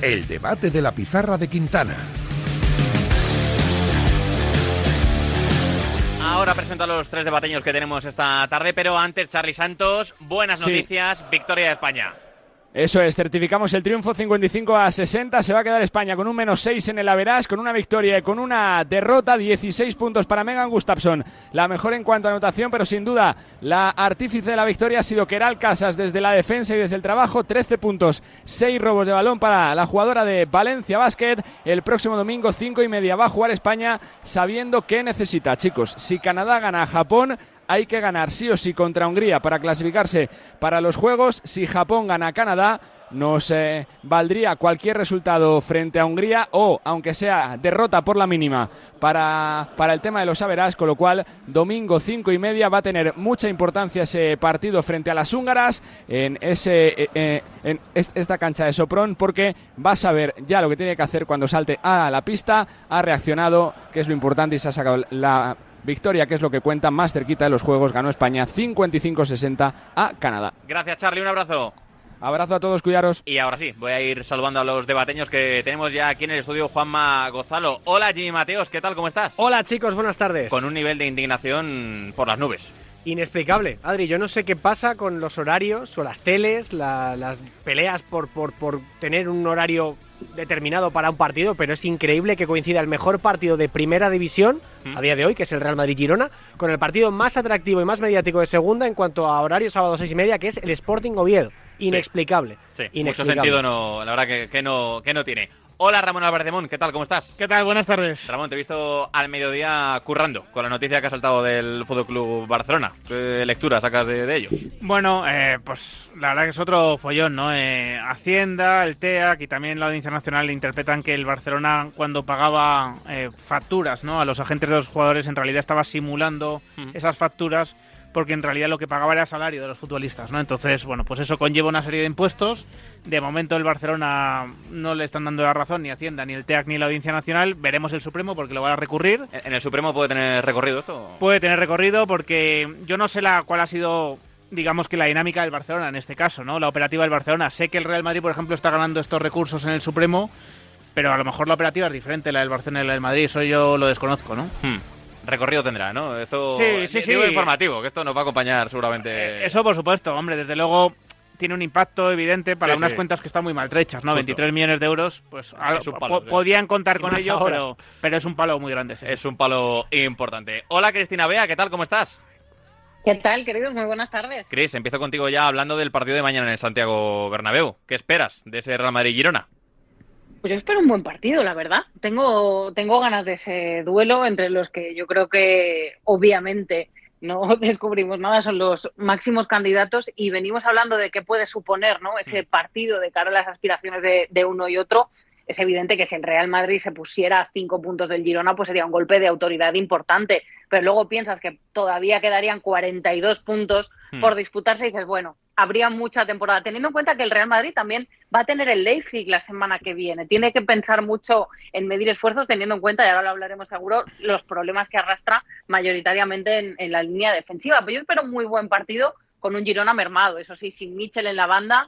El debate de la pizarra de Quintana. Ahora presento a los tres debateños que tenemos esta tarde, pero antes, Charly Santos, buenas noticias, victoria de España. Eso es, certificamos el triunfo 55-60, se va a quedar España con un -6 en el average, con una victoria y con una derrota, 16 puntos para Megan Gustafsson, la mejor en cuanto a anotación, pero sin duda la artífice de la victoria ha sido Queralt Casas desde la defensa y desde el trabajo, 13 puntos, 6 robos de balón para la jugadora de Valencia Basket. El próximo domingo 5:30 va a jugar España sabiendo qué necesita, chicos. Si Canadá gana a Japón, hay que ganar sí o sí contra Hungría para clasificarse para los Juegos. Si Japón gana a Canadá, nos valdría cualquier resultado frente a Hungría o, aunque sea derrota por la mínima, para el tema de los averages, con lo cual domingo 5:30 va a tener mucha importancia ese partido frente a las húngaras en esta cancha de Sopron, porque va a saber ya lo que tiene que hacer cuando salte a la pista. Ha reaccionado, que es lo importante, y se ha sacado la victoria, que es lo que cuenta, más cerquita de los Juegos. Ganó España 55-60 a Canadá. Gracias, Charly, un abrazo. Abrazo a todos, cuidaros. Y ahora sí, voy a ir saludando a los debateños que tenemos ya aquí en el estudio. Juanma Gozalo. Hola, Jimmy Mateos, ¿qué tal? ¿Cómo estás? Hola, chicos, buenas tardes. Con un nivel de indignación por las nubes. Inexplicable. Adri, yo no sé qué pasa con los horarios, o las teles, las peleas por tener un horario determinado para un partido, pero es increíble que coincida el mejor partido de primera división a día de hoy, que es el Real Madrid-Girona, con el partido más atractivo y más mediático de segunda en cuanto a horario, sábado 6:30, que es el Sporting Oviedo. Inexplicable. Sí, inexplicable. Mucho sentido no, la verdad que no tiene. Hola, Ramón Álvarez de Mon, ¿qué tal? ¿Cómo estás? ¿Qué tal? Buenas tardes. Ramón, te he visto al mediodía currando con la noticia que ha saltado del Fútbol Club Barcelona. ¿Qué lectura sacas de ello? Bueno, pues la verdad que es otro follón, ¿no? Hacienda, el TEAC y también la Audiencia Nacional interpretan que el Barcelona, cuando pagaba facturas, ¿no?, a los agentes de los jugadores, en realidad estaba simulando esas facturas, porque en realidad lo que pagaba era salario de los futbolistas, ¿no? Entonces, bueno, pues eso conlleva una serie de impuestos. De momento el Barcelona no le están dando la razón ni Hacienda, ni el TEAC, ni la Audiencia Nacional. Veremos el Supremo, porque lo van a recurrir. ¿En el Supremo puede tener recorrido esto? Puede tener recorrido, porque yo no sé cuál ha sido, digamos, que la dinámica del Barcelona en este caso, ¿no? La operativa del Barcelona. Sé que el Real Madrid, por ejemplo, está ganando estos recursos en el Supremo, pero a lo mejor la operativa es diferente, la del Barcelona y la del Madrid. Eso yo lo desconozco, ¿no? Recorrido tendrá, ¿no? Esto sí. Digo informativo, que esto nos va a acompañar seguramente. Eso, por supuesto, hombre, desde luego tiene un impacto evidente para unas cuentas que están muy maltrechas, ¿no? Justo. 23 millones de euros, pues podían contar con ello, pero es un palo muy grande. Sí. Es un palo importante. Hola, Cristina Bea, ¿qué tal? ¿Cómo estás? ¿Qué tal, queridos? Muy buenas tardes. Cris, empiezo contigo ya hablando del partido de mañana en el Santiago Bernabéu. ¿Qué esperas de ese Real Madrid-Girona? Pues yo espero un buen partido, la verdad. Tengo ganas de ese duelo, entre los que yo creo que obviamente no descubrimos nada, son los máximos candidatos, y venimos hablando de qué puede suponer, ¿no?, ese partido de cara a las aspiraciones de uno y otro. Es evidente que si el Real Madrid se pusiera a 5 puntos del Girona, pues sería un golpe de autoridad importante. Pero luego piensas que todavía quedarían 42 puntos por disputarse y dices, bueno, habría mucha temporada. Teniendo en cuenta que el Real Madrid también va a tener el Leipzig la semana que viene. Tiene que pensar mucho en medir esfuerzos, teniendo en cuenta, y ahora lo hablaremos seguro, los problemas que arrastra mayoritariamente en la línea defensiva. Pero yo espero un muy buen partido con un Girona mermado. Eso sí, sin Mitchell en la banda,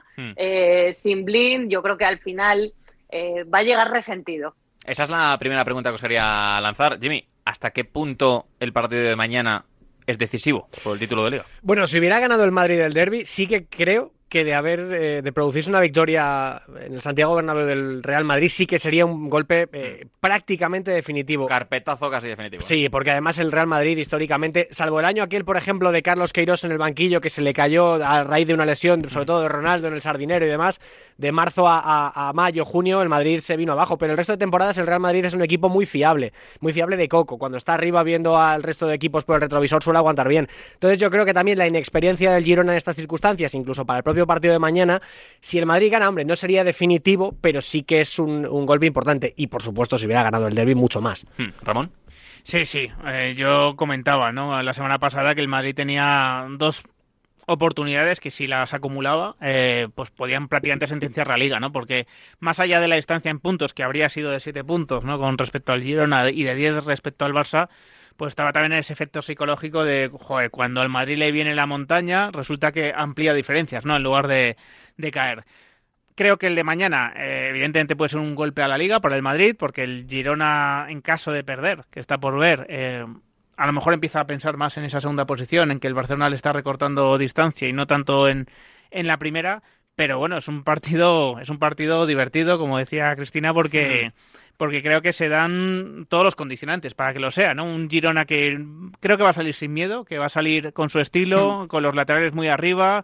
sin Blind, yo creo que al final va a llegar resentido. Esa es la primera pregunta que os quería lanzar. Jimmy, ¿hasta qué punto el partido de mañana es decisivo por el título de Liga? Bueno, si hubiera ganado el Madrid del derbi, sí que creo que de producirse una victoria en el Santiago Bernabéu del Real Madrid, sí que sería un golpe prácticamente definitivo. Carpetazo casi definitivo. Sí, porque además el Real Madrid históricamente, salvo el año aquel, por ejemplo, de Carlos Queiroz en el banquillo, que se le cayó a raíz de una lesión, sobre todo de Ronaldo en el Sardinero y demás, de marzo a mayo, junio, el Madrid se vino abajo, pero el resto de temporadas el Real Madrid es un equipo muy fiable de coco. Cuando está arriba viendo al resto de equipos por el retrovisor suele aguantar bien. Entonces yo creo que también la inexperiencia del Girona en estas circunstancias, incluso para el propio partido de mañana, si el Madrid gana, hombre, no sería definitivo, pero sí que es un golpe importante. Y por supuesto, si hubiera ganado el derbi, mucho más. ¿Ramón? Sí, yo comentaba, ¿no?, la semana pasada que el Madrid tenía dos oportunidades que, si las acumulaba, pues podían prácticamente sentenciar la Liga, ¿no? Porque más allá de la distancia en puntos, que habría sido de 7 puntos, ¿no?, con respecto al Girona, y de 10 respecto al Barça, pues estaba también ese efecto psicológico de, joder, cuando al Madrid le viene la montaña, resulta que amplía diferencias, ¿no?, en lugar de caer. Creo que el de mañana, evidentemente, puede ser un golpe a la Liga para el Madrid, porque el Girona, en caso de perder, que está por ver, a lo mejor empieza a pensar más en esa segunda posición, en que el Barcelona le está recortando distancia y no tanto en la primera. Pero bueno, es un partido divertido, como decía Cristina, porque creo que se dan todos los condicionantes para que lo sea, ¿no? Un Girona que creo que va a salir sin miedo, que va a salir con su estilo, con los laterales muy arriba,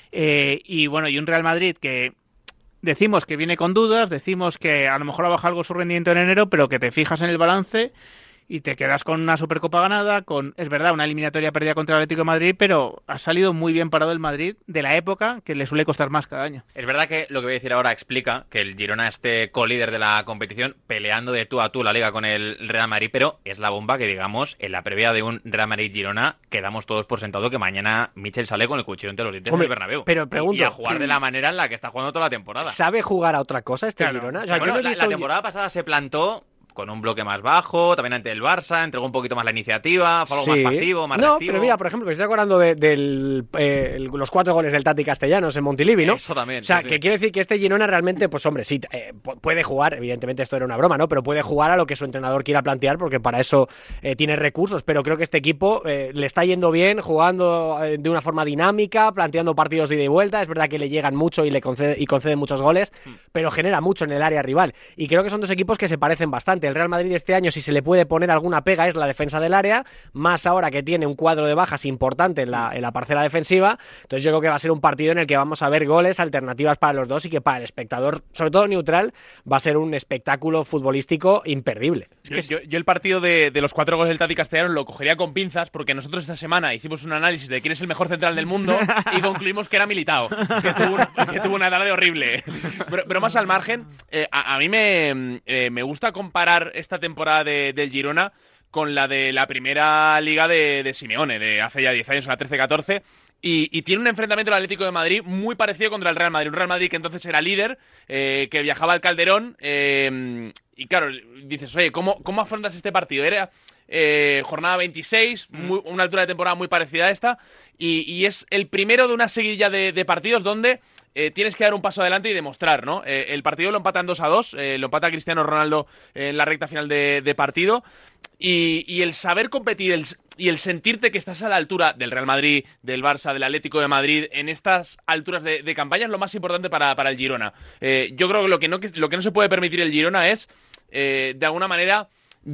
y un Real Madrid que decimos que viene con dudas, decimos que a lo mejor ha bajado algo su rendimiento en enero, pero que te fijas en el balance y te quedas con una Supercopa ganada, es verdad, una eliminatoria perdida contra el Atlético de Madrid, pero ha salido muy bien parado el Madrid de la época que le suele costar más cada año. Es verdad que lo que voy a decir ahora explica que el Girona esté co-líder de la competición, peleando de tú a tú la Liga con el Real Madrid, pero es la bomba que, digamos, en la previa de un Real Madrid-Girona, quedamos todos por sentado que mañana Michel sale con el cuchillo entre los dientes en el Bernabéu. Pero pregunto, y a jugar de la manera en la que está jugando toda la temporada. ¿Sabe jugar a otra cosa Girona? O sea, bueno, la temporada pasada se plantó con un bloque más bajo, también ante el Barça, entregó un poquito más la iniciativa, fue algo más pasivo, más reactivo. Pero mira, por ejemplo, me estoy acordando de los 4 goles del Tati Castellanos en Montilivi, ¿no? Eso también. O sea, que quiero decir que este Girona realmente, pues hombre, sí, puede jugar, evidentemente esto era una broma, ¿no? Pero puede jugar a lo que su entrenador quiera plantear, porque para eso tiene recursos, pero creo que este equipo le está yendo bien, jugando de una forma dinámica, planteando partidos de ida y vuelta, es verdad que le llegan mucho y concede muchos goles, pero genera mucho en el área rival, y creo que son dos equipos que se parecen bastante. El Real Madrid este año, si se le puede poner alguna pega, es la defensa del área, más ahora que tiene un cuadro de bajas importante en la parcela defensiva. Entonces yo creo que va a ser un partido en el que vamos a ver goles, alternativas para los dos, y que para el espectador, sobre todo neutral, va a ser un espectáculo futbolístico imperdible. Yo el partido de los 4 goles del Tati Castellanos lo cogería con pinzas, porque nosotros esta semana hicimos un análisis de quién es el mejor central del mundo y concluimos que era Militao, que tuvo una tarde horrible. Pero más al margen, a mí me gusta comparar esta temporada del Girona con la de la primera liga de Simeone, de hace ya 10 años, la 13-14, y tiene un enfrentamiento el Atlético de Madrid muy parecido contra el Real Madrid, un Real Madrid que entonces era líder, que viajaba al Calderón, y claro, dices, oye, ¿cómo afrontas este partido? Era jornada 26, una altura de temporada muy parecida a esta, y es el primero de una seguidilla de partidos donde tienes que dar un paso adelante y demostrar, ¿no? El partido lo empatan 2-2, lo empata Cristiano Ronaldo en la recta final de partido, y el saber competir y el sentirte que estás a la altura del Real Madrid, del Barça, del Atlético de Madrid, en estas alturas de campaña es lo más importante para el Girona. Yo creo que lo que no se puede permitir el Girona es, de alguna manera,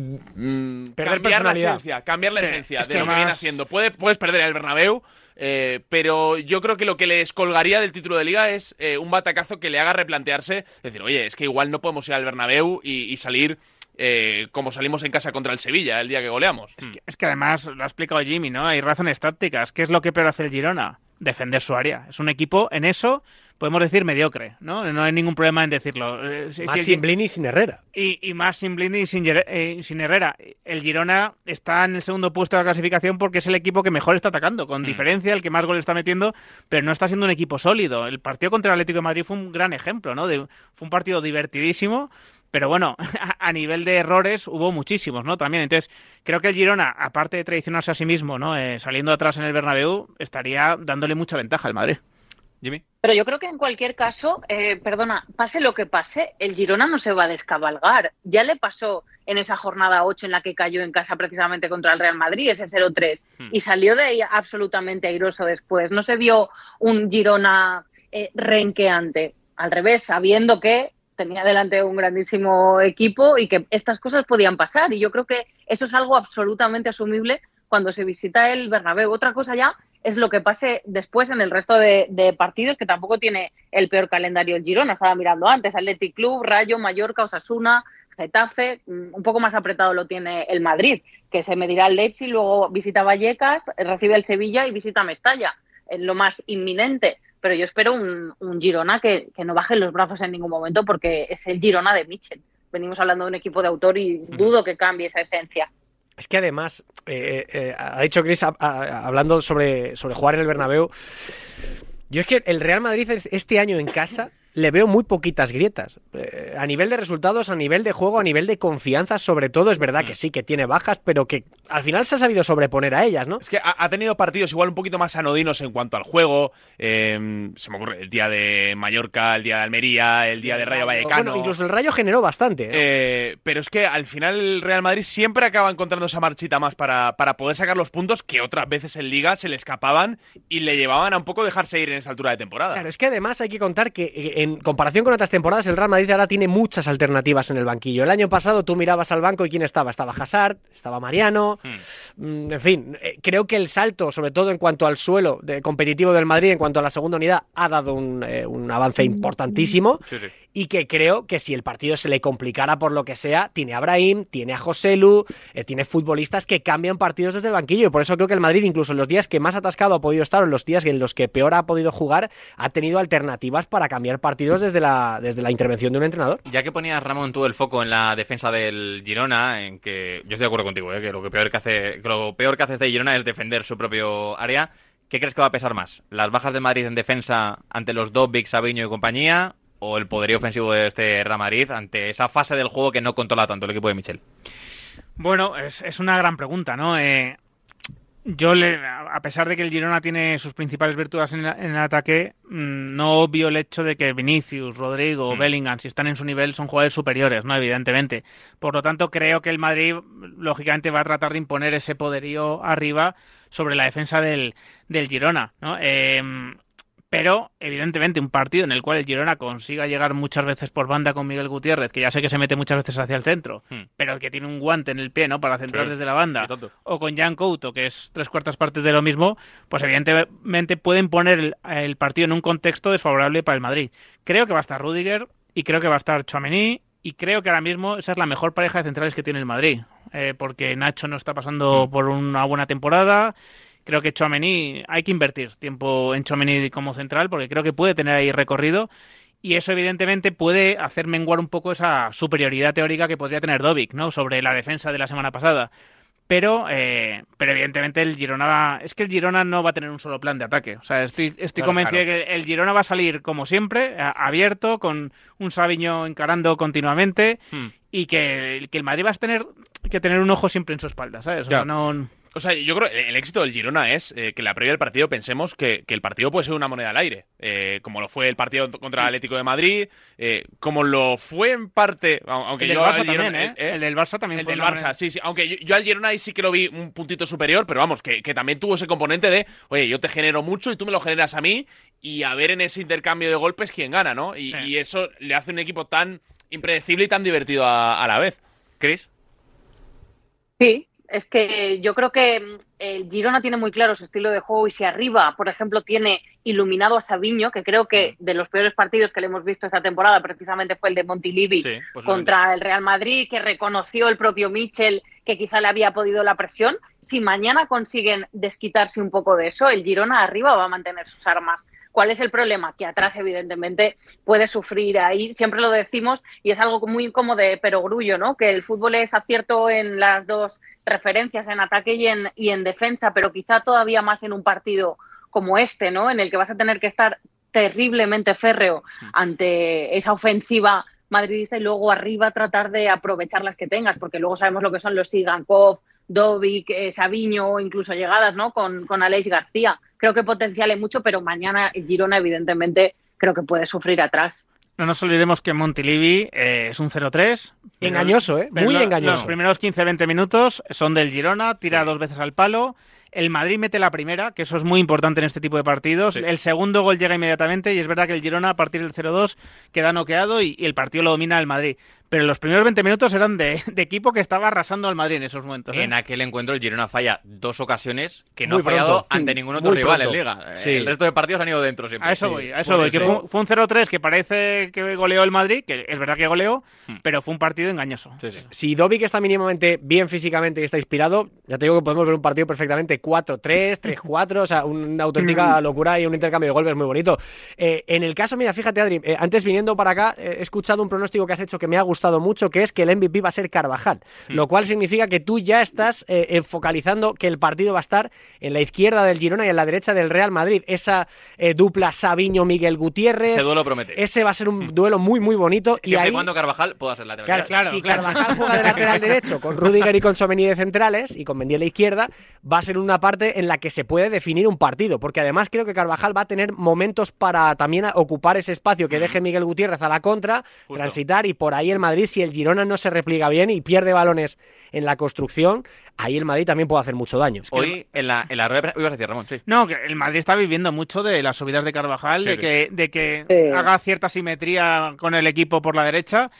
cambiar la esencia de lo que viene haciendo. Puedes perder el Bernabéu, pero yo creo que lo que le descolgaría del título de Liga es un batacazo que le haga replantearse, decir, oye, es que igual no podemos ir al Bernabéu y salir como salimos en casa contra el Sevilla el día que goleamos. Es que además, lo ha explicado Jimmy, ¿no? Hay razones tácticas. ¿Qué es lo que peor hace el Girona? Defender su área. Es un equipo, en eso, podemos decir mediocre, ¿no? No hay ningún problema en decirlo. Más sin Blini y sin Herrera. Y más sin Blini y sin Herrera. El Girona está en el segundo puesto de la clasificación porque es el equipo que mejor está atacando, con diferencia, el que más goles está metiendo, pero no está siendo un equipo sólido. El partido contra el Atlético de Madrid fue un gran ejemplo, ¿no? Fue un partido divertidísimo, pero bueno, a nivel de errores hubo muchísimos, ¿no? También, entonces, creo que el Girona, aparte de traicionarse a sí mismo, ¿no? Saliendo atrás en el Bernabéu, estaría dándole mucha ventaja al Madrid. Jimmy. Pero yo creo que en cualquier caso, pase lo que pase, el Girona no se va a descabalgar. Ya le pasó en esa jornada 8 en la que cayó en casa precisamente contra el Real Madrid, ese 0-3, y salió de ahí absolutamente airoso después. No se vio un Girona renqueante, al revés, sabiendo que tenía delante un grandísimo equipo y que estas cosas podían pasar. Y yo creo que eso es algo absolutamente asumible cuando se visita el Bernabéu. Otra cosa ya es lo que pase después en el resto de partidos, que tampoco tiene el peor calendario el Girona. Estaba mirando antes, Athletic Club, Rayo, Mallorca, Osasuna, Getafe. Un poco más apretado lo tiene el Madrid, que se medirá al Leipzig, luego visita Vallecas, recibe el Sevilla y visita Mestalla, lo más inminente. Pero yo espero un Girona que no baje los brazos en ningún momento, porque es el Girona de Michel. Venimos hablando de un equipo de autor y dudo que cambie esa esencia. Es que además, ha dicho Chris, hablando sobre jugar en el Bernabéu, yo es que el Real Madrid este año en casa le veo muy poquitas grietas. A nivel de resultados, a nivel de juego, a nivel de confianza, sobre todo, es verdad que sí, que tiene bajas, pero que al final se ha sabido sobreponer a ellas, ¿no? Es que ha tenido partidos igual un poquito más anodinos en cuanto al juego. Se me ocurre el día de Mallorca, el día de Almería, el día de Rayo Vallecano. Bueno, incluso el Rayo generó bastante. Pero es que al final el Real Madrid siempre acaba encontrando esa marchita más para poder sacar los puntos que otras veces en Liga se le escapaban y le llevaban a un poco dejarse ir en esta altura de temporada. Claro, es que además hay que contar que en comparación con otras temporadas, el Real Madrid ahora tiene muchas alternativas en el banquillo. El año pasado tú mirabas al banco y ¿quién estaba? Estaba Hazard, estaba Mariano, en fin, creo que el salto, sobre todo en cuanto al suelo competitivo del Madrid, en cuanto a la segunda unidad, ha dado un avance importantísimo. Sí. Y que creo que si el partido se le complicara por lo que sea, tiene a Brahim, tiene a Joselu, tiene futbolistas que cambian partidos desde el banquillo. Y por eso creo que el Madrid, incluso en los días que más atascado ha podido estar, o en los días en los que peor ha podido jugar, ha tenido alternativas para cambiar partidos desde la intervención de un entrenador. Ya que ponías, Ramón, tú el foco en la defensa del Girona, en que yo estoy de acuerdo contigo, que lo peor que hace este Girona es defender su propio área. ¿Qué crees que va a pesar más? ¿Las bajas de Madrid en defensa ante los Dobbik, Savinho y compañía? ¿O el poderío ofensivo de este Real Madrid ante esa fase del juego que no controla tanto el equipo de Michel? Bueno, es una gran pregunta, ¿no? A pesar de que el Girona tiene sus principales virtudes en el ataque, no obvio el hecho de que Vinicius, Rodrigo o Bellingham, si están en su nivel, son jugadores superiores, ¿no? Evidentemente. Por lo tanto, creo que el Madrid, lógicamente, va a tratar de imponer ese poderío arriba sobre la defensa del Girona, ¿no? Pero, evidentemente, un partido en el cual el Girona consiga llegar muchas veces por banda con Miguel Gutiérrez, que ya sé que se mete muchas veces hacia el centro, pero que tiene un guante en el pie, ¿no?, para centrar desde la banda, o con Jan Couto, que es 3/4 partes de lo mismo, pues evidentemente pueden poner el partido en un contexto desfavorable para el Madrid. Creo que va a estar Rüdiger, y creo que va a estar Tchouaméni, y creo que ahora mismo esa es la mejor pareja de centrales que tiene el Madrid, porque Nacho no está pasando por una buena temporada. Creo que Tchouaméni, hay que invertir tiempo en Tchouaméni como central, porque creo que puede tener ahí recorrido, y eso evidentemente puede hacer menguar un poco esa superioridad teórica que podría tener Dobbik, ¿no?, sobre la defensa de la semana pasada. Pero evidentemente el Girona no va a tener un solo plan de ataque. O sea, estoy convencido de que el Girona va a salir como siempre, abierto, con un Savinho encarando continuamente, y que el Madrid va a tener que tener un ojo siempre en su espalda, ¿sabes? O sea, yo creo que el éxito del Girona es que en la previa del partido pensemos que el partido puede ser una moneda al aire, como lo fue el partido contra el Atlético de Madrid, como lo fue en parte, aunque el del yo Barça al Girona, también, el del Barça también el fue del una Barça, moneda. sí, aunque yo al Girona ahí sí que lo vi un puntito superior, pero vamos, que también tuvo ese componente de, oye, yo te genero mucho y tú me lo generas a mí, y a ver en ese intercambio de golpes quién gana, ¿no? Y eso le hace un equipo tan impredecible y tan divertido a la vez. ¿Chris? Sí. Es que yo creo que el Girona tiene muy claro su estilo de juego, y si arriba, por ejemplo, tiene iluminado a Savinho, que creo que de los peores partidos que le hemos visto esta temporada precisamente fue el de Montilivi contra el Real Madrid, que reconoció el propio Michel que quizá le había podido la presión. Si mañana consiguen desquitarse un poco de eso, el Girona arriba va a mantener sus armas. ¿Cuál es el problema? Que atrás, evidentemente, puede sufrir ahí. Siempre lo decimos, y es algo muy como de perogrullo, ¿no? Que el fútbol es acierto en las dos referencias, en ataque y en defensa, pero quizá todavía más en un partido como este, ¿no?, en el que vas a tener que estar terriblemente férreo ante esa ofensiva madridista, y luego arriba tratar de aprovechar las que tengas, porque luego sabemos lo que son los Sigankov, Dobbik, Savinho, incluso llegadas, ¿no?, con Aleix García. Creo que potencial hay mucho, pero mañana el Girona, evidentemente, creo que puede sufrir atrás. No nos olvidemos que Montilivi es un 0-3. Engañoso, muy engañoso. Los primeros 15-20 minutos son del Girona, tira 2 veces al palo. El Madrid mete la primera, que eso es muy importante en este tipo de partidos. El segundo gol llega inmediatamente, y es verdad que el Girona, a partir del 0-2, queda noqueado y el partido lo domina el Madrid. Pero los primeros 20 minutos eran de equipo que estaba arrasando al Madrid en esos momentos. En aquel encuentro el Girona falla 2 ocasiones que no ha fallado ante ningún otro rival en Liga. El resto de partidos han ido dentro siempre. A eso voy. Que fue un 0-3 que parece que goleó el Madrid, que es verdad que goleó, pero fue un partido engañoso. Si Dobbik está mínimamente bien físicamente y está inspirado, ya te digo que podemos ver un partido perfectamente 4-3, 3-4, o sea, una auténtica locura y un intercambio de golpes muy bonito. En el caso, mira, fíjate, Adri, antes viniendo para acá, he escuchado un pronóstico que has hecho que me ha gustado gustado mucho, que es que el MVP va a ser Carvajal, lo cual significa que tú ya estás focalizando que el partido va a estar en la izquierda del Girona y en la derecha del Real Madrid. Esa dupla Sabiño-Miguel Gutiérrez. Ese duelo promete. Ese va a ser un duelo muy, muy bonito. Siempre y cuando Carvajal pueda ser lateral. Claro, si Carvajal juega de lateral derecho con Rüdiger y con Tchouaméni de centrales y con Mendy a la izquierda, va a ser una parte en la que se puede definir un partido, porque además creo que Carvajal va a tener momentos para también ocupar ese espacio que deje Miguel Gutiérrez a la contra, transitar, y por ahí el Madrid, si el Girona no se repliega bien y pierde balones en la construcción, ahí el Madrid también puede hacer mucho daño. Hoy en la rueda de ibas a decir, Ramón, sí. No, que el Madrid está viviendo mucho de las subidas de Carvajal, Sí, de que haga cierta simetría con el equipo por la derecha.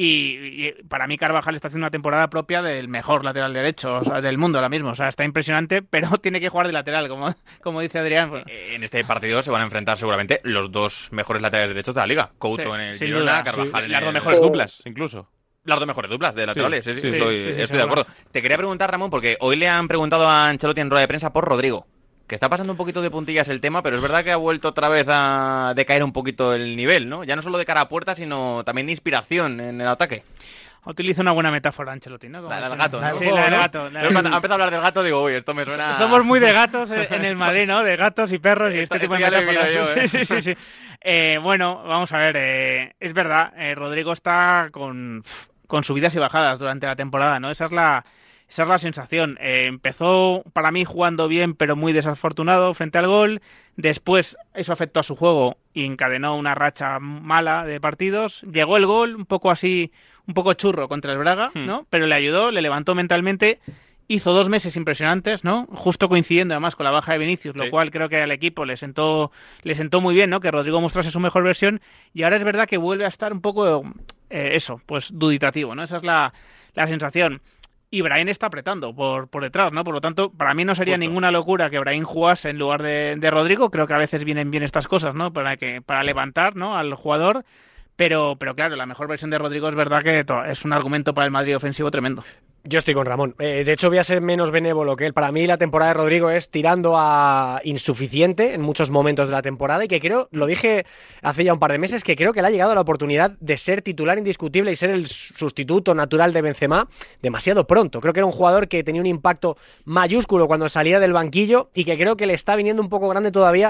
Y para mí Carvajal está haciendo una temporada propia del mejor lateral derecho, o sea, del mundo ahora mismo. O sea, está impresionante, pero tiene que jugar de lateral, como dice Adrián. En este partido se van a enfrentar seguramente los dos mejores laterales derechos de la liga. Couto en el Girona, Carvajal en las dos el... mejores duplas, incluso. Las dos mejores duplas de laterales, sí, sí, estoy de acuerdo. Te quería preguntar, Ramón, porque hoy le han preguntado a Ancelotti en rueda de prensa por Rodrigo, que está pasando un poquito de puntillas el tema, pero es verdad que ha vuelto otra vez a decaer un poquito el nivel, ¿no? Ya no solo de cara a puerta, sino también de inspiración en el ataque. Utiliza una buena metáfora Ancelotti, ¿no? La del gato, ¿no? Sí, la del gato. Pero cuando ha empezado a hablar del gato, digo, uy, esto me suena... Somos muy de gatos en el Madrid, ¿no? De gatos y perros y este tipo de ya lo he metáforas. vivido yo, Sí. Bueno, vamos a ver. Es verdad, Rodrigo está con subidas y bajadas durante la temporada, ¿no? Esa es la sensación. Empezó para mí jugando bien, pero muy desafortunado frente al gol. Después eso afectó a su juego y encadenó una racha mala de partidos. Llegó el gol, un poco así, un poco churro contra el Braga, ¿no? Pero le ayudó, le levantó mentalmente. Hizo 2 meses impresionantes, ¿no? Justo coincidiendo además con la baja de Vinicius, lo cual creo que al equipo le sentó muy bien, ¿no? Que Rodrigo mostrase su mejor versión. Y ahora es verdad que vuelve a estar un poco, pues duditativo, ¿no? Esa es la sensación. Y Brahim está apretando por detrás, ¿no? Por lo tanto, para mí no sería ninguna locura que Brahim jugase en lugar de Rodrigo. Creo que a veces vienen bien estas cosas, ¿no? Para levantar, ¿no? Al jugador. Pero claro, la mejor versión de Rodrigo es verdad que es un argumento para el Madrid ofensivo tremendo. Yo estoy con Ramón. De hecho, voy a ser menos benévolo que él. Para mí, la temporada de Rodrigo es tirando a insuficiente en muchos momentos de la temporada y que creo, lo dije hace ya un par de meses, que creo que le ha llegado la oportunidad de ser titular indiscutible y ser el sustituto natural de Benzema demasiado pronto. Creo que era un jugador que tenía un impacto mayúsculo cuando salía del banquillo y que creo que le está viniendo un poco grande todavía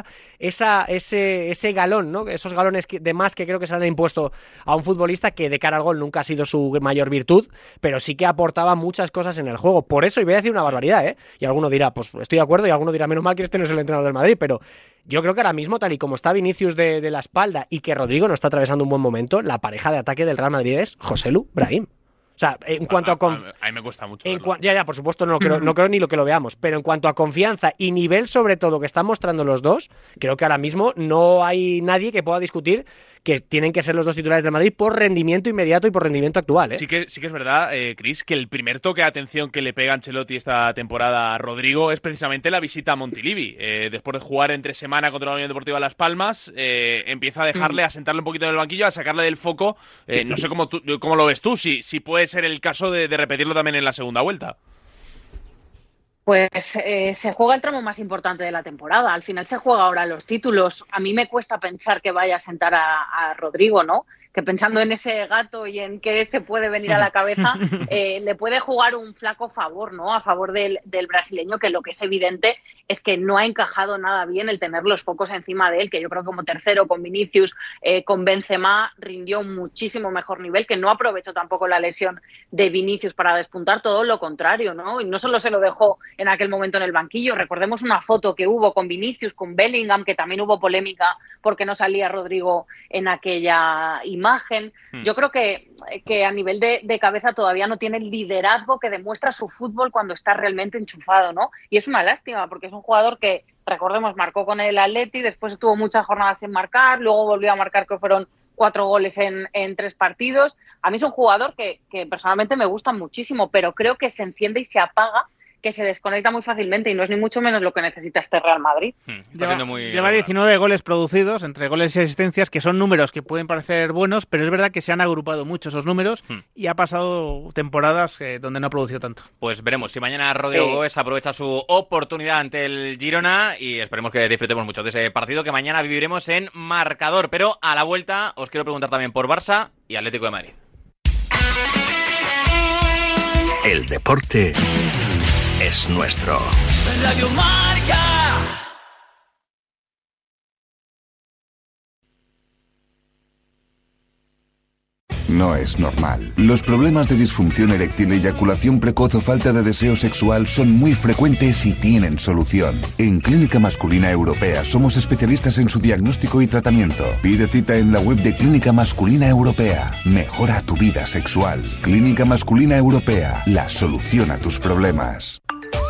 ese galón, ¿no? Esos galones de más que creo que se le han impuesto a un futbolista que de cara al gol nunca ha sido su mayor virtud, pero sí que aportaba muchas cosas en el juego. Por eso, y voy a decir una barbaridad, y alguno dirá, pues estoy de acuerdo, y alguno dirá, menos mal que este no es el entrenador del Madrid, pero yo creo que ahora mismo, tal y como está Vinicius de la espalda y que Rodrigo no está atravesando un buen momento, la pareja de ataque del Real Madrid es Joselu Brahim. O sea, en cuanto a... A mí me cuesta mucho. Ya, por supuesto, no creo ni lo que lo veamos. Pero en cuanto a confianza y nivel, sobre todo, que están mostrando los dos, creo que ahora mismo no hay nadie que pueda discutir que tienen que ser los dos titulares del Madrid por rendimiento inmediato y por rendimiento actual, ¿eh? Sí que es verdad, Chris, que el primer toque de atención que le pega Ancelotti esta temporada a Rodrigo es precisamente la visita a Montilivi. Después de jugar entre semana contra la Unión Deportiva Las Palmas, empieza a dejarle, a sentarle un poquito en el banquillo, a sacarle del foco. No sé cómo lo ves tú, si puede ser el caso de repetirlo también en la segunda vuelta. Pues se juega el tramo más importante de la temporada. Al final se juega ahora los títulos. A mí me cuesta pensar que vaya a sentar a Rodrigo, ¿no? Que pensando en ese gato y en qué se puede venir a la cabeza, le puede jugar un flaco favor, ¿no? A favor del brasileño, que lo que es evidente es que no ha encajado nada bien el tener los focos encima de él, que yo creo que como tercero con Vinicius, con Benzema, rindió muchísimo mejor nivel, que no aprovechó tampoco la lesión de Vinicius para despuntar, todo lo contrario, ¿no? Y no solo se lo dejó en aquel momento en el banquillo, recordemos una foto que hubo con Vinicius, con Bellingham, que también hubo polémica porque no salía Rodrigo en aquella imagen. Yo creo que a nivel de cabeza todavía no tiene el liderazgo que demuestra su fútbol cuando está realmente enchufado, ¿no? Y es una lástima porque es un jugador que, recordemos, marcó con el Atleti, después estuvo muchas jornadas sin marcar, luego volvió a marcar, creo que fueron 4 goles en 3 partidos. A mí es un jugador que personalmente me gusta muchísimo, pero creo que se enciende y se apaga, que se desconecta muy fácilmente y no es ni mucho menos lo que necesita este Real Madrid. Lleva 19 goles producidos, entre goles y asistencias, que son números que pueden parecer buenos, pero es verdad que se han agrupado mucho esos números y ha pasado temporadas donde no ha producido tanto. Pues veremos si mañana Rodrigo Góez aprovecha su oportunidad ante el Girona y esperemos que disfrutemos mucho de ese partido que mañana viviremos en Marcador. Pero a la vuelta os quiero preguntar también por Barça y Atlético de Madrid. El deporte es nuestro. Radio Marca. No es normal. Los problemas de disfunción eréctil, eyaculación precoz o falta de deseo sexual son muy frecuentes y tienen solución. En Clínica Masculina Europea somos especialistas en su diagnóstico y tratamiento. Pide cita en la web de Clínica Masculina Europea. Mejora tu vida sexual. Clínica Masculina Europea, la solución a tus problemas.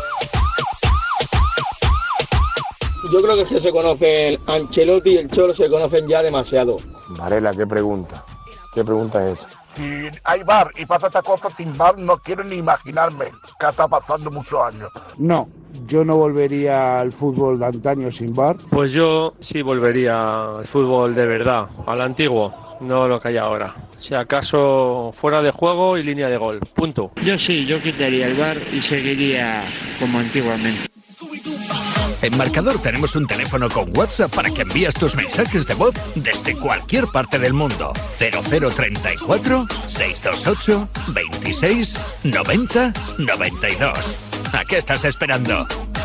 Yo creo que se conocen, Ancelotti y el Cholo se conocen ya demasiado. Varela, ¿qué pregunta? ¿Qué pregunta es esa? Si hay VAR y pasa esta cosa sin VAR, no quiero ni imaginarme que está pasando muchos años. No, yo no volvería al fútbol de antaño sin VAR. Pues yo sí volvería al fútbol de verdad, al antiguo, no lo que hay ahora. Si acaso fuera de juego y línea de gol, punto. Yo sí, yo quitaría el VAR y seguiría como antiguamente. En Marcador tenemos un teléfono con WhatsApp para que envíes tus mensajes de voz desde cualquier parte del mundo. 0034 628 26 90 92. ¿A qué estás esperando?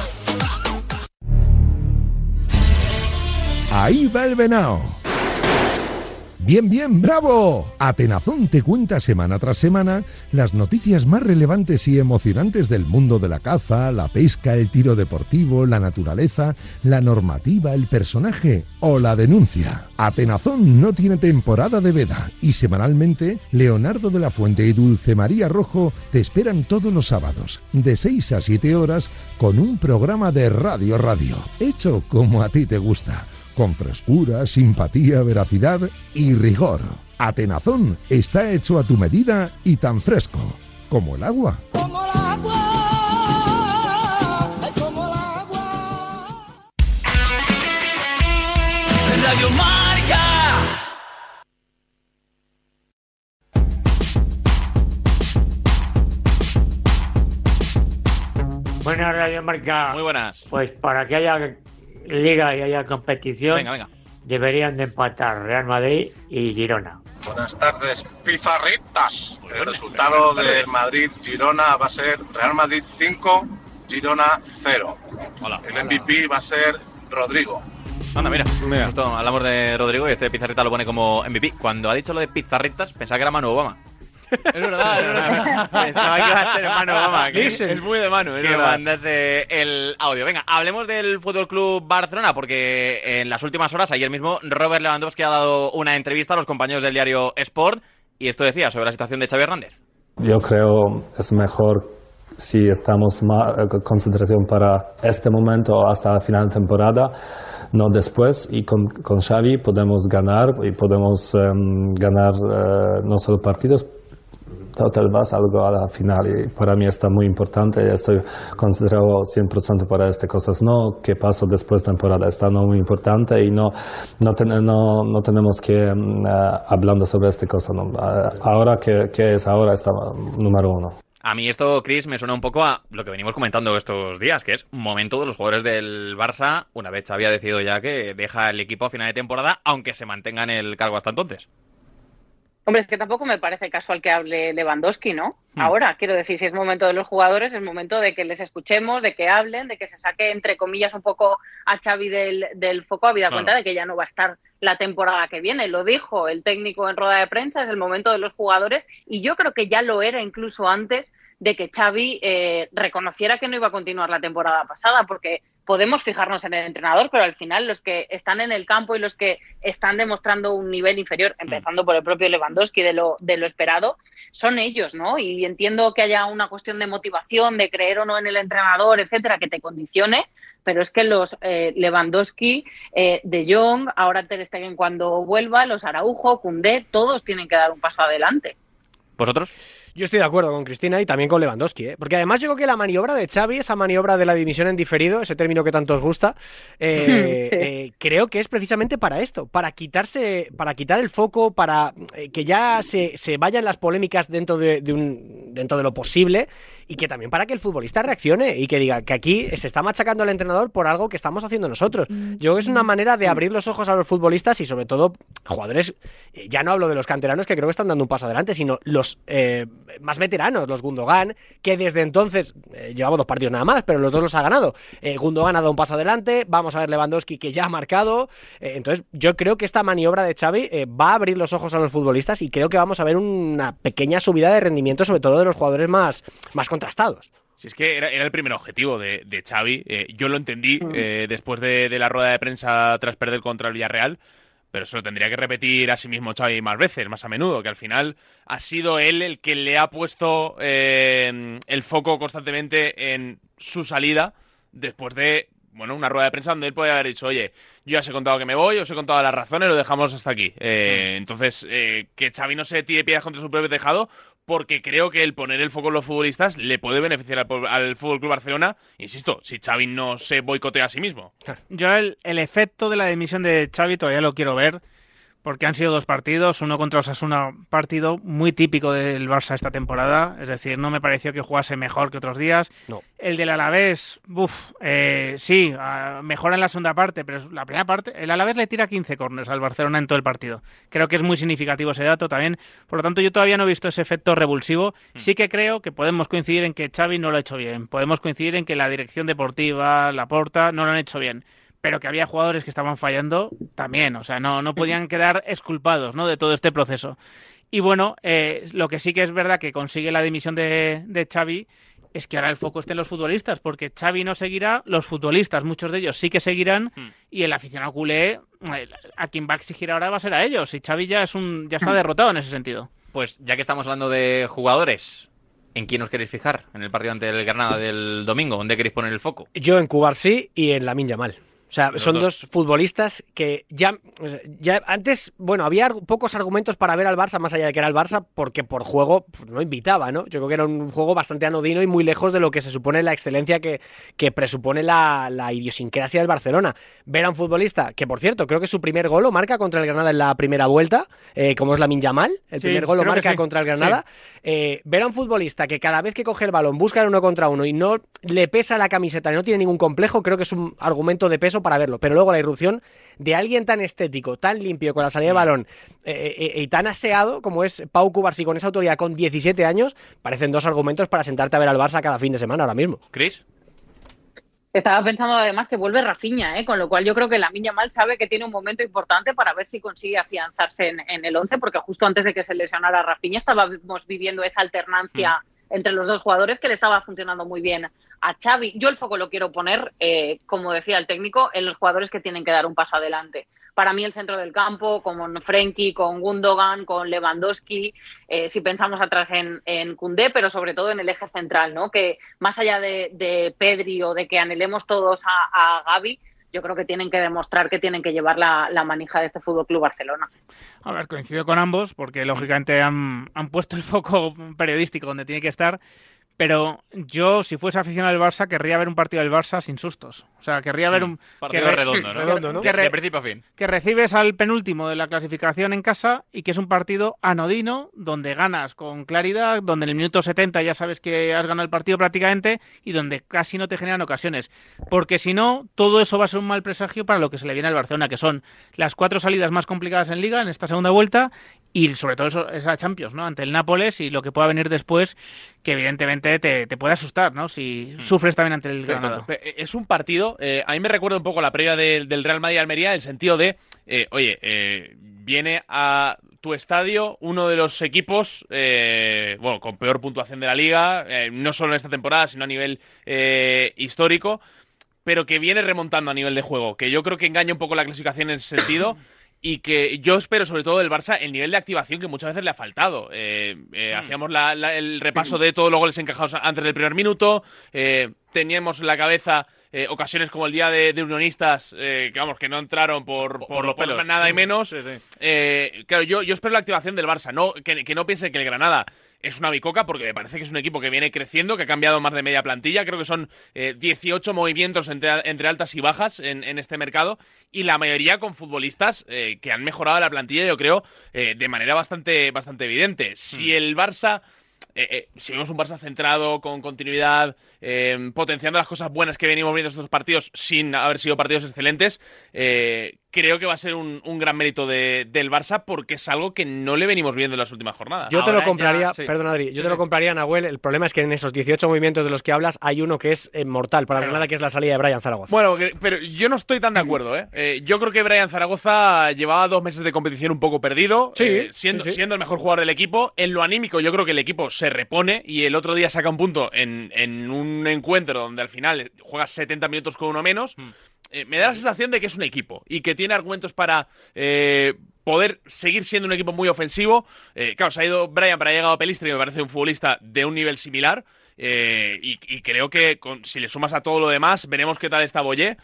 Ahí va el venao. Bien, bien, bravo. Atenazón te cuenta semana tras semana las noticias más relevantes y emocionantes del mundo de la caza, la pesca, el tiro deportivo, la naturaleza, la normativa, el personaje o la denuncia. Atenazón no tiene temporada de veda y semanalmente Leonardo de la Fuente y Dulce María Rojo te esperan todos los sábados de 6 a 7 horas con un programa de Radio, hecho como a ti te gusta. Con frescura, simpatía, veracidad y rigor. Atenazón está hecho a tu medida y tan fresco como el agua. Como el agua, como el agua. Radio Marca. Buenas, Radio Marca. Muy buenas. Pues para que haya liga y haya competición, venga. Deberían de empatar Real Madrid y Girona. Buenas tardes, pizarritas. El resultado del Madrid-Girona va a ser Real Madrid 5, Girona 0. El MVP va a ser Rodrigo. Anda, mira. Justo hablamos de Rodrigo y este pizarrita lo pone como MVP. Cuando ha dicho lo de pizarritas, pensaba que era Manu Obama. Es verdad. Pensaba que iba a ser Manu Obama. Es muy de Manu, que mandase el audio. Venga, hablemos del Fútbol Club Barcelona, porque en las últimas horas, ayer mismo, Robert Lewandowski ha dado una entrevista a los compañeros del diario Sport y esto decía sobre la situación de Xavi Hernández. Yo creo es mejor si estamos más concentración para este momento hasta el final de temporada, no después, y con Xavi podemos ganar y podemos ganar no solo partidos, tal vez algo a la final, y para mí está muy importante. Estoy concentrado 100% para estas cosas, no qué pasó después de temporada, está muy importante y no tenemos que hablando sobre esta cosa, no. Ahora que es ahora está número uno. A mí esto, Chris, me suena un poco a lo que venimos comentando estos días, que es momento de los jugadores del Barça, una vez había decidido ya que deja el equipo a final de temporada, aunque se mantenga en el cargo hasta entonces. Hombre, es que tampoco me parece casual que hable Lewandowski, ¿no? Ahora, quiero decir, si es momento de los jugadores, es momento de que les escuchemos, de que hablen, de que se saque, entre comillas, un poco a Xavi del foco, habida cuenta de que ya no va a estar la temporada que viene. Lo dijo el técnico en rueda de prensa, es el momento de los jugadores, y yo creo que ya lo era incluso antes de que Xavi reconociera que no iba a continuar la temporada pasada, porque podemos fijarnos en el entrenador, pero al final los que están en el campo y los que están demostrando un nivel inferior, empezando por el propio Lewandowski de lo esperado, son ellos, ¿no? Y entiendo que haya una cuestión de motivación, de creer o no en el entrenador, etcétera, que te condicione, pero es que los Lewandowski, De Jong, ahora Ter Stegen cuando vuelva, los Araujo, Koundé, todos tienen que dar un paso adelante. ¿Vosotros? Yo estoy de acuerdo con Cristina y también con Lewandowski, ¿eh? Porque además yo creo que la maniobra de Xavi, esa maniobra de la dimisión en diferido, ese término que tanto os gusta, creo que es precisamente para esto, para quitar el foco, para que ya se vayan las polémicas dentro de lo posible, y que también para que el futbolista reaccione y que diga que aquí se está machacando al entrenador por algo que estamos haciendo nosotros. Yo creo que es una manera de abrir los ojos a los futbolistas y sobre todo jugadores, ya no hablo de los canteranos que creo que están dando un paso adelante, sino los más veteranos, los Gundogan, que desde entonces, llevamos 2 partidos nada más, pero los 2 los ha ganado. Gundogan ha dado un paso adelante, vamos a ver Lewandowski que ya ha marcado, entonces yo creo que esta maniobra de Xavi va a abrir los ojos a los futbolistas y creo que vamos a ver una pequeña subida de rendimiento, sobre todo de los jugadores más contrastados. Si es que era el primer objetivo de Xavi, yo lo entendí después de la rueda de prensa tras perder contra el Villarreal, pero eso lo tendría que repetir a sí mismo Xavi más veces, más a menudo, que al final ha sido él el que le ha puesto el foco constantemente en su salida después de una rueda de prensa donde él podía haber dicho, oye, yo ya os he contado que me voy, os he contado las razones, lo dejamos hasta aquí. Entonces, que Xavi no se tire piedras contra su propio tejado, porque creo que el poner el foco en los futbolistas le puede beneficiar al FC Barcelona, insisto, si Xavi no se boicotea a sí mismo. Yo el efecto de la dimisión de Xavi todavía lo quiero ver, porque han sido 2 partidos, uno contra Osasuna, partido muy típico del Barça esta temporada, es decir, no me pareció que jugase mejor que otros días. No. El del Alavés, sí, mejora en la segunda parte, pero la primera parte, el Alavés le tira 15 córners al Barcelona en todo el partido. Creo que es muy significativo ese dato también, por lo tanto yo todavía no he visto ese efecto revulsivo. Sí que creo que podemos coincidir en que Xavi no lo ha hecho bien, podemos coincidir en que la dirección deportiva, Laporta, no lo han hecho bien, pero que había jugadores que estaban fallando también, o sea, no podían quedar exculpados, ¿no?, de todo este proceso. Y bueno, lo que sí que es verdad que consigue la dimisión de Xavi es que ahora el foco esté en los futbolistas, porque Xavi no seguirá, los futbolistas, muchos de ellos sí que seguirán, y el aficionado culé, a quien va a exigir ahora va a ser a ellos, y Xavi ya está derrotado en ese sentido. Pues ya que estamos hablando de jugadores, ¿en quién os queréis fijar en el partido ante el Granada del domingo? ¿Dónde queréis poner el foco? Yo en Cubarsí y en Lamine Yamal. O sea, son 2 futbolistas que ya antes, había pocos argumentos para ver al Barça, más allá de que era el Barça, porque por juego no invitaba, ¿no? Yo creo que era un juego bastante anodino y muy lejos de lo que se supone la excelencia que presupone la idiosincrasia del Barcelona. Ver a un futbolista, que por cierto, creo que su primer gol lo marca contra el Granada en la primera vuelta, como es Lamine Yamal, el primer gol lo marca contra el Granada. Sí. Ver a un futbolista que cada vez que coge el balón busca el 1 contra 1 y no le pesa la camiseta y no tiene ningún complejo, creo que es un argumento de peso para verlo, pero luego la irrupción de alguien tan estético, tan limpio con la salida de balón y tan aseado como es Pau Cubarsí con esa autoridad con 17 años, parecen 2 argumentos para sentarte a ver al Barça cada fin de semana ahora mismo. ¿Chris? Estaba pensando además que vuelve Rafinha, con lo cual yo creo que Lamine Yamal sabe que tiene un momento importante para ver si consigue afianzarse en el 11, porque justo antes de que se lesionara Rafinha estábamos viviendo esa alternancia entre los 2 jugadores que le estaba funcionando muy bien a Xavi. Yo el foco lo quiero poner, como decía el técnico, en los jugadores que tienen que dar un paso adelante. Para mí el centro del campo, con Frenkie, con Gundogan, con Lewandowski, si pensamos atrás en Koundé, pero sobre todo en el eje central, ¿no? Que más allá de Pedri o de que anhelemos todos a Gavi, yo creo que tienen que demostrar que tienen que llevar la manija de este FC Barcelona. A ver, coincido con ambos, porque lógicamente han puesto el foco periodístico donde tiene que estar, pero yo, si fuese aficionado del Barça, querría ver un partido del Barça sin sustos. O sea, querría ver un partido redondo, ¿no? Redondo, ¿no? De principio a fin. Que recibes al penúltimo de la clasificación en casa y que es un partido anodino, donde ganas con claridad, donde en el minuto 70 ya sabes que has ganado el partido prácticamente y donde casi no te generan ocasiones. Porque si no, todo eso va a ser un mal presagio para lo que se le viene al Barcelona, que son las 4 salidas más complicadas en Liga en esta segunda vuelta y sobre todo esa Champions, ¿no? Ante el Nápoles y lo que pueda venir después, que evidentemente te puede asustar, ¿no? Si sufres también ante el Granada. Es un partido, a mí me recuerda un poco la previa del Real Madrid-Almería, en el sentido de, viene a tu estadio uno de los equipos con peor puntuación de la Liga, no solo en esta temporada, sino a nivel histórico, pero que viene remontando a nivel de juego, que yo creo que engaña un poco la clasificación en ese sentido. Y que yo espero, sobre todo del Barça, el nivel de activación que muchas veces le ha faltado. Hacíamos el repaso de todos los goles encajados antes del primer minuto. Teníamos en la cabeza ocasiones como el día de Unionistas, que no entraron por los pelos, nada y menos. Sí. Claro, yo espero la activación del Barça. Que no piense que el Granada es una bicoca, porque me parece que es un equipo que viene creciendo, que ha cambiado más de media plantilla. Creo que son 18 movimientos entre altas y bajas en este mercado, y la mayoría con futbolistas que han mejorado la plantilla, yo creo, de manera bastante evidente. Si el Barça... si vemos un Barça centrado, con continuidad, creo que va a ser un gran mérito del Barça porque es algo que no le venimos viendo en las últimas jornadas. Yo te Ahora lo compraría, sí. perdón Adri, yo te lo compraría, Nahuel. El problema es que en esos 18 movimientos de los que hablas hay uno que es mortal para Granada, que es la salida de Brian Zaragoza. Bueno, pero yo no estoy tan de acuerdo, ¿eh? Yo creo que Brian Zaragoza llevaba 2 meses de competición un poco perdido, siendo el mejor jugador del equipo. En lo anímico yo creo que el equipo se repone y el otro día saca un punto en un encuentro donde al final juegas 70 minutos con uno menos. Me da la sensación de que es un equipo y que tiene argumentos para poder seguir siendo un equipo muy ofensivo. Claro, se ha ido Brian, pero ha llegado Pelistri, me parece un futbolista de un nivel similar. Y creo que si le sumas a todo lo demás, veremos qué tal está Boyé.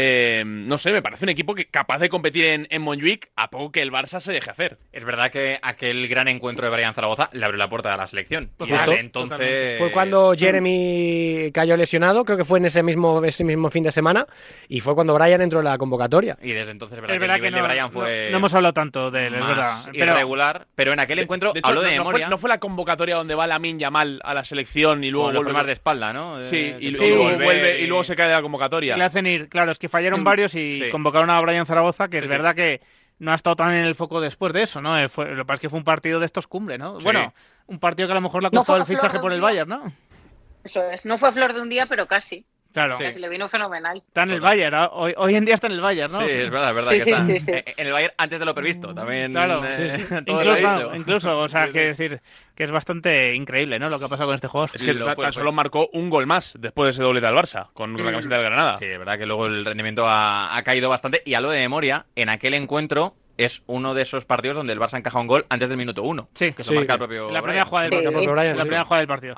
No sé, me parece un equipo que capaz de competir en Montjuic a poco que el Barça se deje hacer. Es verdad que aquel gran encuentro de Brian Zaragoza le abrió la puerta a la selección. Pues y justo, entonces fue cuando Jeremy cayó lesionado, creo que fue en ese mismo fin de semana, y fue cuando Brian entró en la convocatoria. Y desde entonces Es verdad que el nivel de Brian fue no hemos hablado tanto de él, es verdad. Irregular, pero en aquel encuentro, de hecho, hablo de memoria. No fue la convocatoria donde va Lamine Yamal a la selección y luego con los problemas de espalda, ¿no? Sí, y luego vuelve y luego se cae de la convocatoria. Le hacen ir, claro, es que fallaron varios y convocaron a Brian Zaragoza, que es verdad que no ha estado tan en el foco después de eso, ¿no? Lo que pasa es que fue un partido de estos cumbre, ¿no? Sí. Bueno, un partido que a lo mejor le ha costado el fichaje por el Bayern, ¿no? Eso es, no fue flor de un día, pero casi. Claro. Casi le vino fenomenal. Está en el Bayern, hoy en día está en el Bayern, ¿no? Sí, es verdad Sí, que está. sí. En el Bayern antes de lo previsto, también. Claro, todo lo dicho. incluso, o sea, quiero decir que es bastante increíble, ¿no? Lo que ha pasado con este jugador. Es que tan solo marcó un gol más después de ese doblete al Barça, con la camiseta del Granada. Sí, es verdad que luego el rendimiento ha caído bastante. Y a lo de memoria, en aquel encuentro es uno de esos partidos donde el Barça encaja un gol antes del minuto 1. Sí, que se marca el propio la primera jugada del partido.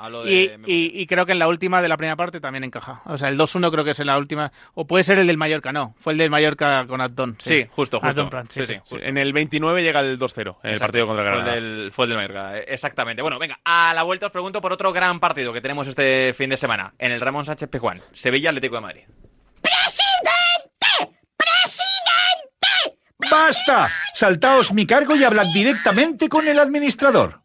Y creo que en la última de la primera parte también encaja. O sea, el 2-1 creo que es en la última. O puede ser el del Mallorca, no. Fue el del Mallorca con Adón. Sí, justo. Adón, sí. En el 29 llega el 2-0 en el partido contra el Granada. Fue el del Mallorca, exactamente. Bueno, venga, a la vuelta os pregunto por otro gran partido que tenemos este fin de semana. En el Ramón Sánchez Pizjuán, Sevilla Atlético de Madrid. ¡Basta! Saltaos mi cargo y hablad directamente con el administrador.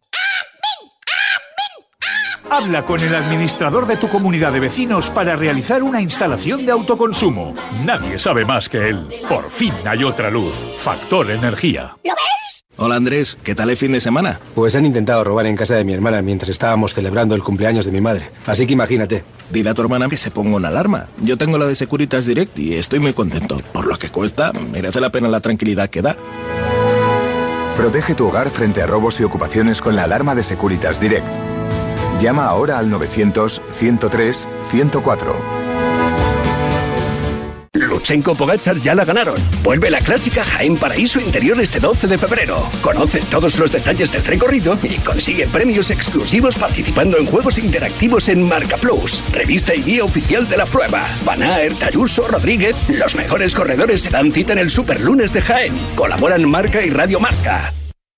Habla con el administrador de tu comunidad de vecinos para realizar una instalación de autoconsumo. Nadie sabe más que él. Por fin hay otra luz. Factor Energía. ¿Lo ves? Hola Andrés, ¿qué tal el fin de semana? Pues han intentado robar en casa de mi hermana mientras estábamos celebrando el cumpleaños de mi madre. Así que imagínate. Dile a tu hermana que se ponga una alarma. Yo tengo la de Securitas Direct y estoy muy contento. Por lo que cuesta, merece la pena la tranquilidad que da. Protege tu hogar frente a robos y ocupaciones con la alarma de Securitas Direct. Llama ahora al 900-103-104. Lutsenko Pogačar ya la ganaron. Vuelve la clásica Jaén Paraíso Interior este 12 de febrero. Conoce todos los detalles del recorrido y consigue premios exclusivos participando en juegos interactivos en Marca Plus, revista y guía oficial de la prueba. Van Aert, Ayuso, Rodríguez, los mejores corredores se dan cita en el Superlunes de Jaén. Colaboran Marca y Radio Marca.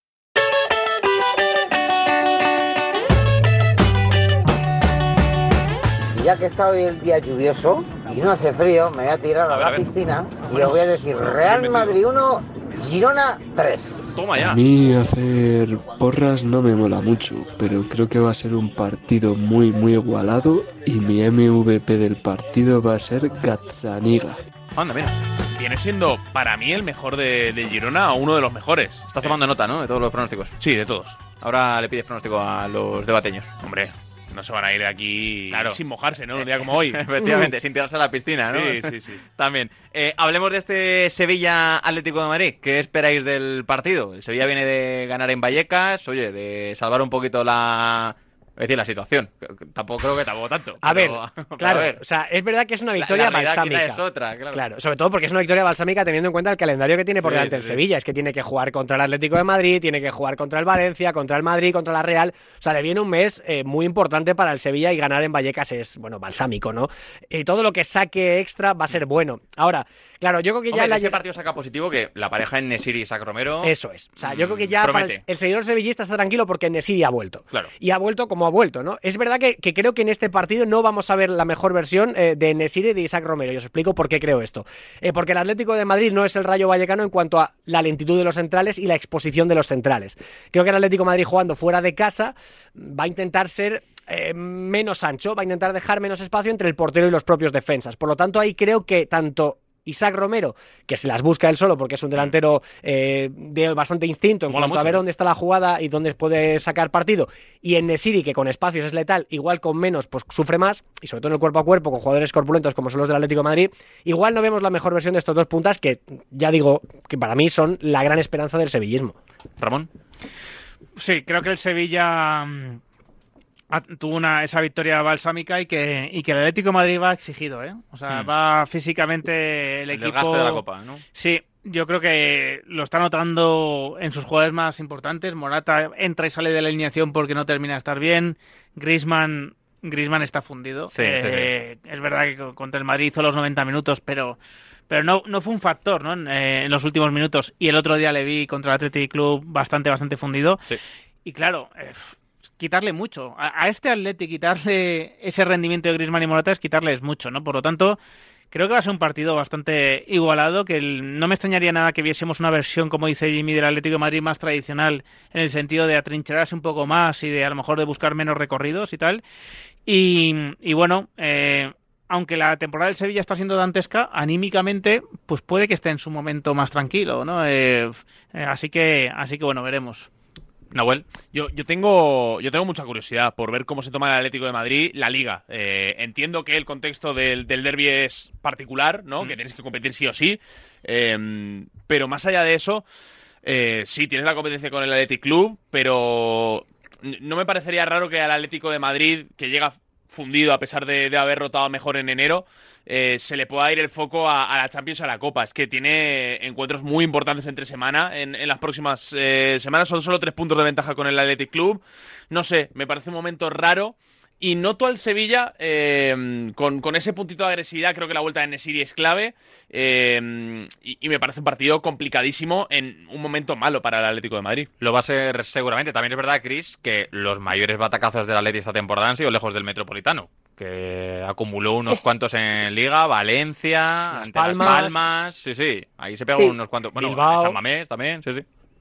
Ya que está hoy el día lluvioso y no hace frío, me voy a tirar a la piscina y os voy a decir Real Madrid 1, Girona 3. Toma ya. A mí hacer porras no me mola mucho, pero creo que va a ser un partido muy igualado y mi MVP del partido va a ser Gazzaniga. Anda, mira. Viene siendo, para mí, el mejor de Girona, uno de los mejores. Estás tomando nota, ¿no? De todos los pronósticos. Sí, de todos. Ahora le pides pronóstico a los debateños. Hombre, no se van a ir de aquí sin mojarse, ¿no? Un día como hoy. Efectivamente, sin tirarse a la piscina, ¿no? Sí. También. Hablemos de este Sevilla Atlético de Madrid. ¿Qué esperáis del partido? El Sevilla viene de ganar en Vallecas, oye, de salvar un poquito la situación. Tampoco creo que tampoco tanto. Claro, o sea, es verdad que es una victoria balsámica. Es otra, claro, sobre todo porque es una victoria balsámica teniendo en cuenta el calendario que tiene por delante el Sevilla. Es que tiene que jugar contra el Atlético de Madrid, tiene que jugar contra el Valencia, contra el Madrid, contra la Real. O sea, le viene un mes muy importante para el Sevilla y ganar en Vallecas es, balsámico, ¿no? Todo lo que saque extra va a ser bueno. Ahora, claro, yo creo que ya... ese partido saca positivo que la pareja en Nesiri y Isaac Romero... Eso es. O sea, yo creo que ya para el seguidor sevillista está tranquilo porque Nesiri ha vuelto. Claro. Y ha vuelto como ha vuelto, ¿no? Es verdad que creo que en este partido no vamos a ver la mejor versión de Nesiri y de Isaac Romero. Y os explico por qué creo esto. Porque el Atlético de Madrid no es el Rayo Vallecano en cuanto a la lentitud de los centrales y la exposición de los centrales. Creo que el Atlético de Madrid jugando fuera de casa va a intentar ser menos ancho, va a intentar dejar menos espacio entre el portero y los propios defensas. Por lo tanto, ahí creo que tanto Isaac Romero, que se las busca él solo porque es un delantero de bastante instinto en cuanto a ver dónde está la jugada y dónde puede sacar partido, y en Nesiri, que con espacios es letal, igual con menos pues sufre más, y sobre todo en el cuerpo a cuerpo con jugadores corpulentos como son los del Atlético de Madrid, igual no vemos la mejor versión de estos dos puntas que ya digo que para mí son la gran esperanza del sevillismo. Ramón. Sí, creo que el Sevilla tuvo esa victoria balsámica y que el Atlético de Madrid va exigido, ¿eh? O sea, va físicamente el equipo... desgaste de la Copa, ¿no? Sí, yo creo que lo está notando en sus jugadores más importantes. Morata entra y sale de la alineación porque no termina de estar bien. Griezmann está fundido. Sí. Es verdad que contra el Madrid hizo los 90 minutos, pero no fue un factor, ¿no? En los últimos minutos. Y el otro día le vi contra el Athletic Club bastante fundido. Sí. Y claro, quitarle mucho. A este Athletic, quitarle ese rendimiento de Griezmann y Morata es quitarles mucho, ¿no? Por lo tanto, creo que va a ser un partido bastante igualado, que no me extrañaría nada que viésemos una versión, como dice Jimmy, del Atlético de Madrid más tradicional, en el sentido de atrincherarse un poco más y de a lo mejor de buscar menos recorridos y tal. Y bueno, aunque la temporada del Sevilla está siendo dantesca, anímicamente, pues puede que esté en su momento más tranquilo, ¿no? Así que bueno, veremos. Nahuel. Yo tengo mucha curiosidad por ver cómo se toma el Atlético de Madrid la Liga. Entiendo que el contexto del derbi es particular, ¿no? Que tienes que competir sí o sí. Pero más allá de eso, sí, tienes la competencia con el Athletic Club, pero no me parecería raro que al Atlético de Madrid, que llega fundido a pesar de haber rotado mejor en enero, se le pueda ir el foco a la Champions, a la Copa. Es que tiene encuentros muy importantes entre semana en las próximas semanas. Son solo 3 puntos de ventaja con el Athletic Club. No sé, me parece un momento raro. Y noto al Sevilla con ese puntito de agresividad. Creo que la vuelta de Nesiri es clave. Y me parece un partido complicadísimo en un momento malo para el Atlético de Madrid. Lo va a ser seguramente. También es verdad, Chris, que los mayores batacazos del Atleti esta temporada han sido lejos del Metropolitano, que acumuló unos cuantos en Liga, Valencia, ante Las Palmas. Sí, ahí se pegó unos cuantos. Bueno, Bilbao. San Mamés también, sí.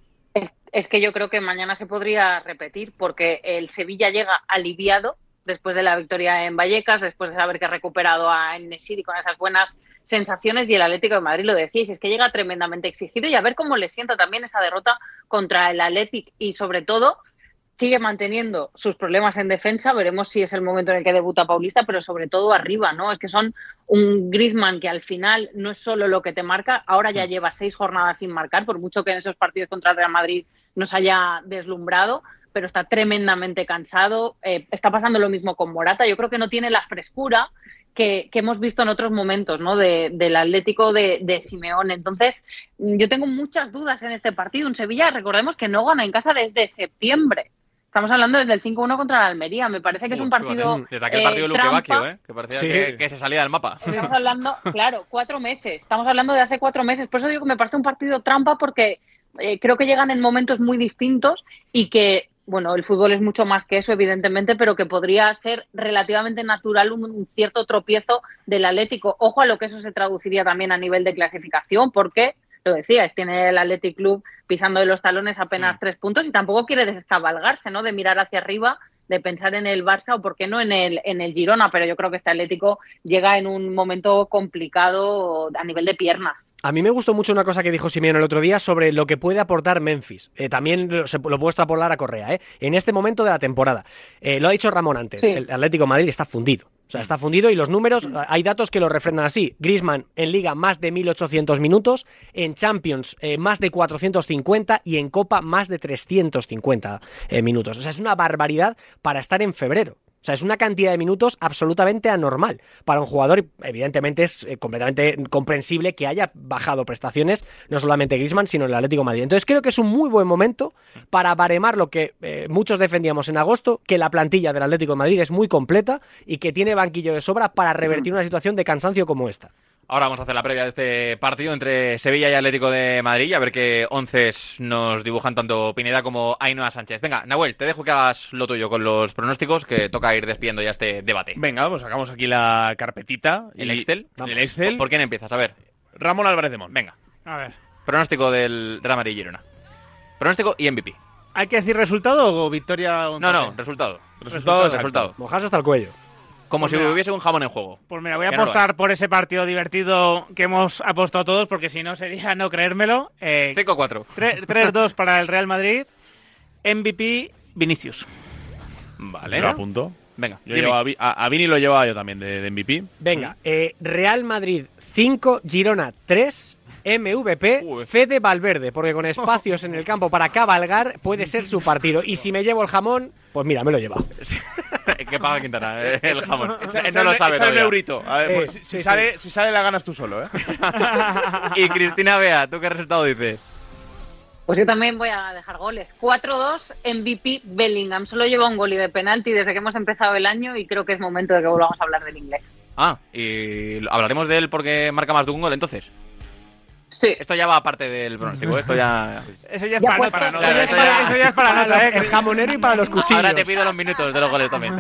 Es que yo creo que mañana se podría repetir, porque el Sevilla llega aliviado después de la victoria en Vallecas, después de saber que ha recuperado a Nesiri con esas buenas sensaciones, y el Atlético de Madrid, lo decíais, es que llega tremendamente exigido, y a ver cómo le sienta también esa derrota contra el Athletic, y sobre todo sigue manteniendo sus problemas en defensa. Veremos si es el momento en el que debuta Paulista, pero sobre todo arriba, ¿no? Es que son un Griezmann que al final no es solo lo que te marca, ahora ya lleva 6 jornadas sin marcar, por mucho que en esos partidos contra el Real Madrid nos haya deslumbrado, pero está tremendamente cansado. Está pasando lo mismo con Morata. Yo creo que no tiene la frescura que hemos visto en otros momentos, ¿no? Del Atlético de Simeone. Entonces, yo tengo muchas dudas en este partido. Un Sevilla, recordemos que no gana en casa desde septiembre. Estamos hablando desde el 5-1 contra la Almería. Me parece que es un partido desde aquel partido de Luque Bacchio, que parecía que se salía del mapa. Estamos hablando, claro, 4 meses. Estamos hablando de hace 4 meses. Por eso digo que me parece un partido trampa, porque creo que llegan en momentos muy distintos y que, bueno, el fútbol es mucho más que eso, evidentemente, pero que podría ser relativamente natural un cierto tropiezo del Atlético. Ojo a lo que eso se traduciría también a nivel de clasificación, porque, lo decías, tiene el Athletic Club pisando de los talones apenas 3 puntos, y tampoco quiere descabalgarse, ¿no? De mirar hacia arriba, de pensar en el Barça o, por qué no, en el Girona. Pero yo creo que este Atlético llega en un momento complicado a nivel de piernas. A mí me gustó mucho una cosa que dijo Simeone el otro día sobre lo que puede aportar Memphis. También lo puedo extrapolar a Correa, en este momento de la temporada. Lo ha dicho Ramón antes, sí. El Atlético de Madrid está fundido. O sea, está fundido, y los números, hay datos que lo refrendan así. Griezmann en Liga más de 1.800 minutos, en Champions más de 450 y en Copa más de 350 minutos. O sea, es una barbaridad para estar en febrero. O sea, es una cantidad de minutos absolutamente anormal para un jugador, y evidentemente es completamente comprensible que haya bajado prestaciones, no solamente Griezmann, sino el Atlético de Madrid. Entonces creo que es un muy buen momento para baremar lo que muchos defendíamos en agosto, que la plantilla del Atlético de Madrid es muy completa y que tiene banquillo de sobra para revertir una situación de cansancio como esta. Ahora vamos a hacer la previa de este partido entre Sevilla y Atlético de Madrid, y a ver qué onces nos dibujan tanto Pineda como Ainhoa Sánchez. Venga, Nahuel, te dejo que hagas lo tuyo con los pronósticos, que toca ir despidiendo ya este debate. Venga, pues sacamos aquí la carpetita. ¿El Excel? El Excel. ¿Por quién empiezas? A ver. Ramón Álvarez de Mon. Venga. A ver. Pronóstico del Real Madrid Girona. Pronóstico y MVP. ¿Hay que decir resultado o victoria o empate? No, resultado. Resultado. Mojarse hasta el cuello. Como si hubiese un jamón en juego. Pues mira, voy a Que no lo apostar por ese partido divertido que hemos apostado todos, porque si no sería no creérmelo. 5-4. 3-2 para el Real Madrid. MVP Vinicius. Vale. Lo apunto. Venga, Yo llevo a Vini lo llevaba yo también de MVP. Venga, Real Madrid 5, Girona 3, MVP, Fede Valverde, porque con espacios en el campo para cabalgar puede ser su partido. Y si me llevo el jamón, pues mira, me lo he llevado. Que paga Quintana el jamón. No lo sabe. Echa un eurito. A ver, pues, Sí, si sí, sale la ganas tú solo, ¿eh? Y Cristina Bea, ¿tú qué resultado dices? Pues yo también voy a dejar goles. 4-2, MVP Bellingham. Solo lleva un gol y de penalti desde que hemos empezado el año y creo que es momento de que volvamos a hablar del inglés. Ah, y hablaremos de él porque marca más de un gol, entonces. Sí. Esto ya va aparte del pronóstico, esto ya... Eso ya es Ya para pues, nota. no, claro, Eso ya es para nota, El jamonero y para los cuchillos. Ahora te pido los minutos de los goles también.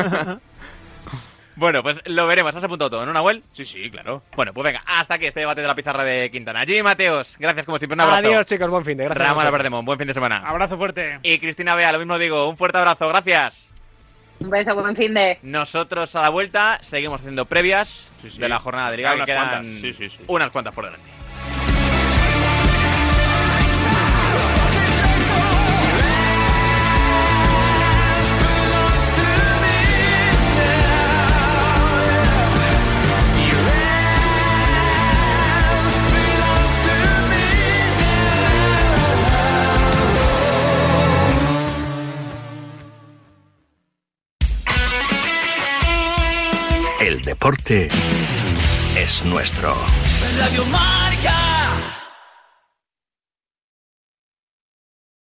Bueno, pues lo veremos. ¿Has apuntado todo, no, Nahuel? Sí, claro. Bueno, pues venga, hasta aquí este debate de la pizarra de Quintana. Jimmy Mateos, gracias como siempre, un abrazo. Adiós, chicos, buen fin de gracias. Ramón Albertemón, buen fin de semana. Abrazo fuerte. Y Cristina Bea, lo mismo digo, un fuerte abrazo, gracias. Un beso, buen fin de... Nosotros a la vuelta seguimos haciendo previas de la jornada de Liga, que quedan unas cuantas por delante. El deporte es nuestro. Radio Marca.